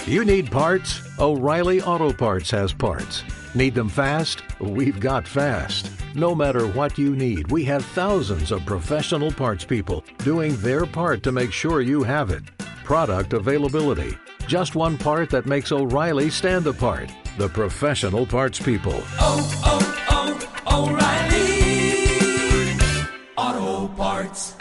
You need parts? O'Reilly Auto Parts has parts. Need them fast? We've got fast. No matter what you need, we have thousands of professional parts people doing their part to make sure you have it. Product availability. Just one part that makes O'Reilly stand apart. The professional parts people. O'Reilly Auto Parts.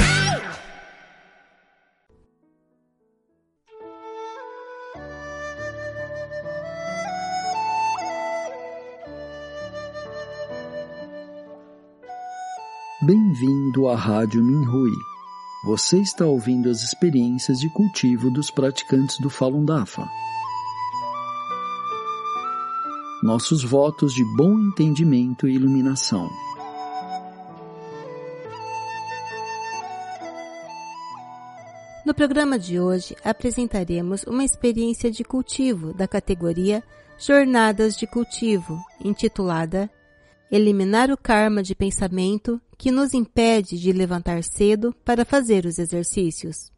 Bem-vindo à Rádio Minhui. Você está ouvindo as experiências de cultivo dos praticantes do Falun Dafa. Nossos votos de bom entendimento e iluminação. No programa de hoje, apresentaremos uma experiência de cultivo da categoria Jornadas de Cultivo, intitulada Eliminar o karma de pensamento que nos impede de levantar cedo para fazer os exercícios.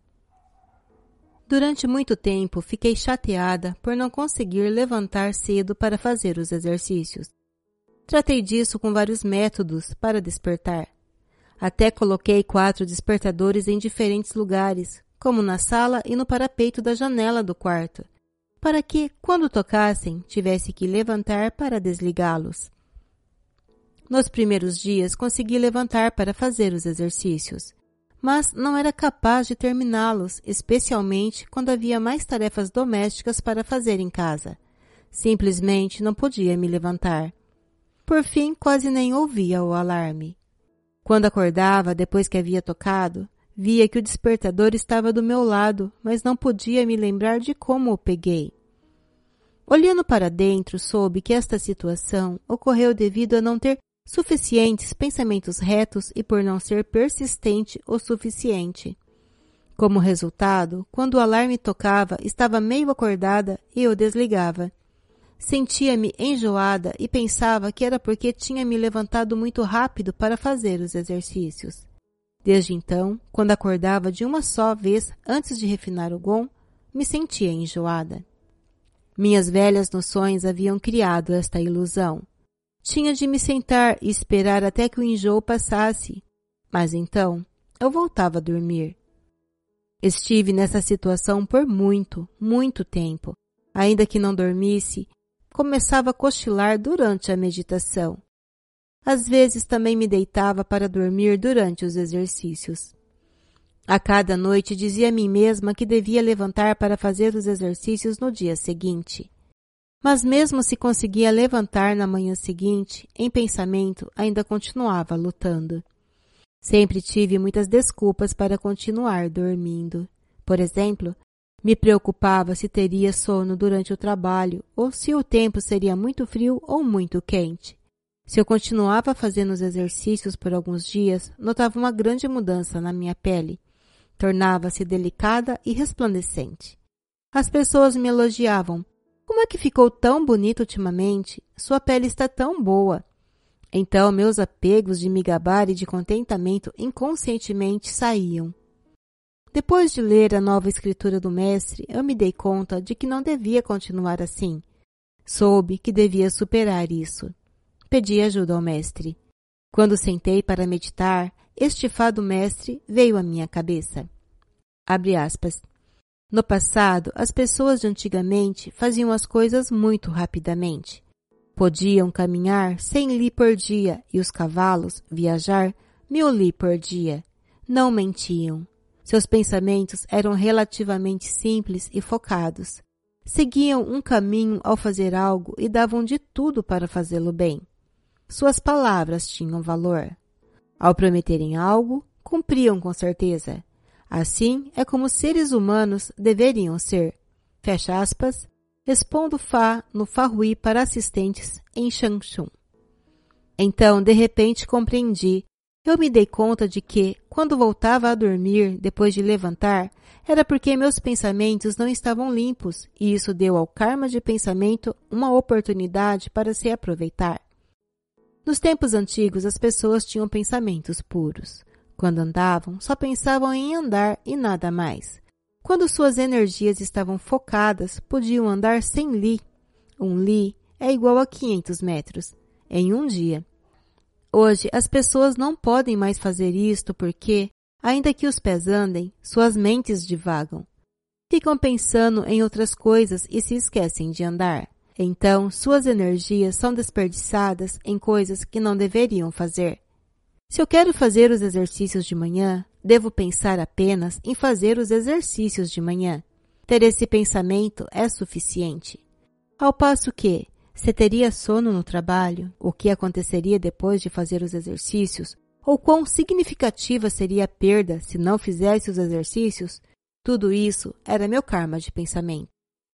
Durante muito tempo, fiquei chateada por não conseguir levantar cedo para fazer os exercícios. Tratei disso com vários métodos para despertar. Até coloquei 4 despertadores em diferentes lugares, como na sala e no parapeito da janela do quarto, para que, quando tocassem, tivesse que levantar para desligá-los. Nos primeiros dias consegui levantar para fazer os exercícios, mas não era capaz de terminá-los, especialmente quando havia mais tarefas domésticas para fazer em casa. Simplesmente não podia me levantar. Por fim, quase nem ouvia o alarme. Quando acordava, depois que havia tocado, via que o despertador estava do meu lado, mas não podia me lembrar de como o peguei. Olhando para dentro, soube que esta situação ocorreu devido a não ter suficientes pensamentos retos e por não ser persistente o suficiente. Como resultado, quando o alarme tocava, estava meio acordada e eu desligava. Sentia-me enjoada e pensava que era porque tinha me levantado muito rápido para fazer os exercícios. Desde então, quando acordava de uma só vez antes de refinar o gong, me sentia enjoada. Minhas velhas noções haviam criado esta ilusão. Tinha de me sentar e esperar até que o enjoo passasse, mas então eu voltava a dormir. Estive nessa situação por muito tempo. Ainda que não dormisse, começava a cochilar durante a meditação. Às vezes também me deitava para dormir durante os exercícios. A cada noite dizia a mim mesma que devia levantar para fazer os exercícios no dia seguinte. Mas mesmo se conseguia levantar na manhã seguinte, em pensamento ainda continuava lutando. Sempre tive muitas desculpas para continuar dormindo. Por exemplo, me preocupava se teria sono durante o trabalho ou se o tempo seria muito frio ou muito quente. Se eu continuava fazendo os exercícios por alguns dias, notava uma grande mudança na minha pele. Tornava-se delicada e resplandecente. As pessoas me elogiavam. Como é que ficou tão bonito ultimamente? Sua pele está tão boa. Então, meus apegos de me gabar e de contentamento inconscientemente saíam. Depois de ler a nova escritura do mestre, eu me dei conta de que não devia continuar assim. Soube que devia superar isso. Pedi ajuda ao mestre. Quando sentei para meditar, este fado mestre veio à minha cabeça. Abre aspas. No passado, as pessoas de antigamente faziam as coisas muito rapidamente. Podiam caminhar 100 li por dia e os cavalos viajar 1000 li por dia. Não mentiam. Seus pensamentos eram relativamente simples e focados. Seguiam um caminho ao fazer algo e davam de tudo para fazê-lo bem. Suas palavras tinham valor. Ao prometerem algo, cumpriam com certeza. Assim é como seres humanos deveriam ser. Fecha aspas. Respondo Fá no Farrui para assistentes em Shangchun. Então, de repente, compreendi. Eu me dei conta de que, quando voltava a dormir depois de levantar, era porque meus pensamentos não estavam limpos e isso deu ao karma de pensamento uma oportunidade para se aproveitar. Nos tempos antigos, as pessoas tinham pensamentos puros. Quando andavam, só pensavam em andar e nada mais. Quando suas energias estavam focadas, podiam andar 100 li. 1 li é igual a 500 metros, em um dia. Hoje, as pessoas não podem mais fazer isto porque, ainda que os pés andem, suas mentes divagam. Ficam pensando em outras coisas e se esquecem de andar. Então, suas energias são desperdiçadas em coisas que não deveriam fazer. Se eu quero fazer os exercícios de manhã, devo pensar apenas em fazer os exercícios de manhã. Ter esse pensamento é suficiente. Ao passo que, se teria sono no trabalho, o que aconteceria depois de fazer os exercícios, ou quão significativa seria a perda se não fizesse os exercícios, tudo isso era meu karma de pensamento.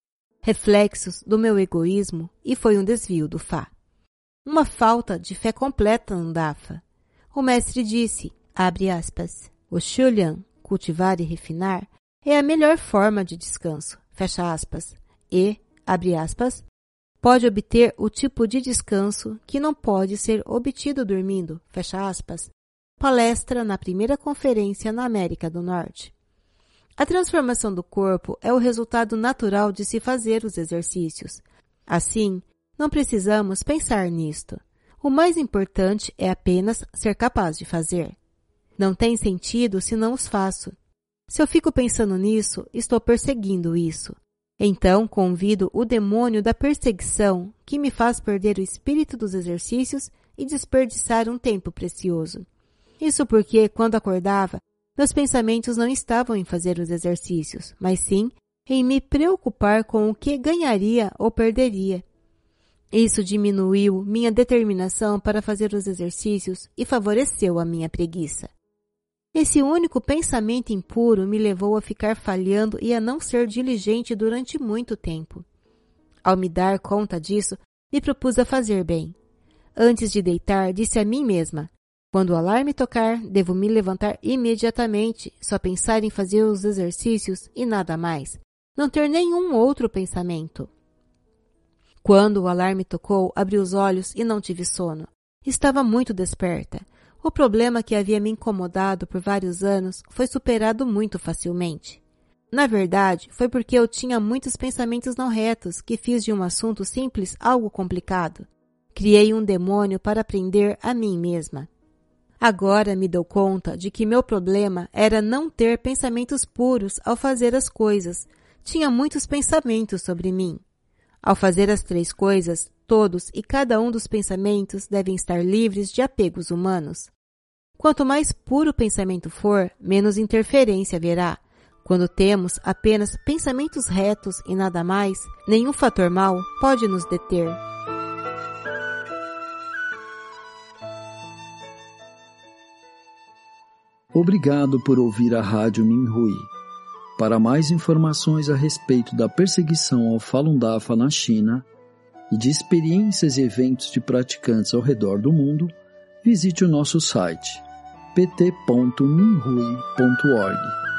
Reflexos do meu egoísmo e foi um desvio do Fá. Uma falta de fé completa no Dafa. O mestre disse, abre aspas, o Shulyan, cultivar e refinar, é a melhor forma de descanso, fecha aspas, e, abre aspas, pode obter o tipo de descanso que não pode ser obtido dormindo, fecha aspas, palestra na primeira conferência na América do Norte. A transformação do corpo é o resultado natural de se fazer os exercícios. Assim, não precisamos pensar nisto. O mais importante é apenas ser capaz de fazer. Não tem sentido se não os faço. Se eu fico pensando nisso, estou perseguindo isso. Então, convido o demônio da perseguição que me faz perder o espírito dos exercícios e desperdiçar um tempo precioso. Isso porque, quando acordava, meus pensamentos não estavam em fazer os exercícios, mas sim em me preocupar com o que ganharia ou perderia. Isso diminuiu minha determinação para fazer os exercícios e favoreceu a minha preguiça. Esse único pensamento impuro me levou a ficar falhando e a não ser diligente durante muito tempo. Ao me dar conta disso, me propus a fazer bem. Antes de deitar, disse a mim mesma, quando o alarme tocar, devo me levantar imediatamente, só pensar em fazer os exercícios e nada mais. Não ter nenhum outro pensamento. Quando o alarme tocou, abri os olhos e não tive sono. Estava muito desperta. O problema que havia me incomodado por vários anos foi superado muito facilmente. Na verdade, foi porque eu tinha muitos pensamentos não retos que fiz de um assunto simples algo complicado. Criei um demônio para prender a mim mesma. Agora me dou conta de que meu problema era não ter pensamentos puros ao fazer as coisas. Tinha muitos pensamentos sobre mim. Ao fazer as 3 coisas, todos e cada um dos pensamentos devem estar livres de apegos humanos. Quanto mais puro o pensamento for, menos interferência haverá. Quando temos apenas pensamentos retos e nada mais, nenhum fator mau pode nos deter. Obrigado por ouvir a Rádio Minhui. Para mais informações a respeito da perseguição ao Falun Dafa na China e de experiências e eventos de praticantes ao redor do mundo, visite o nosso site pt.minhui.org.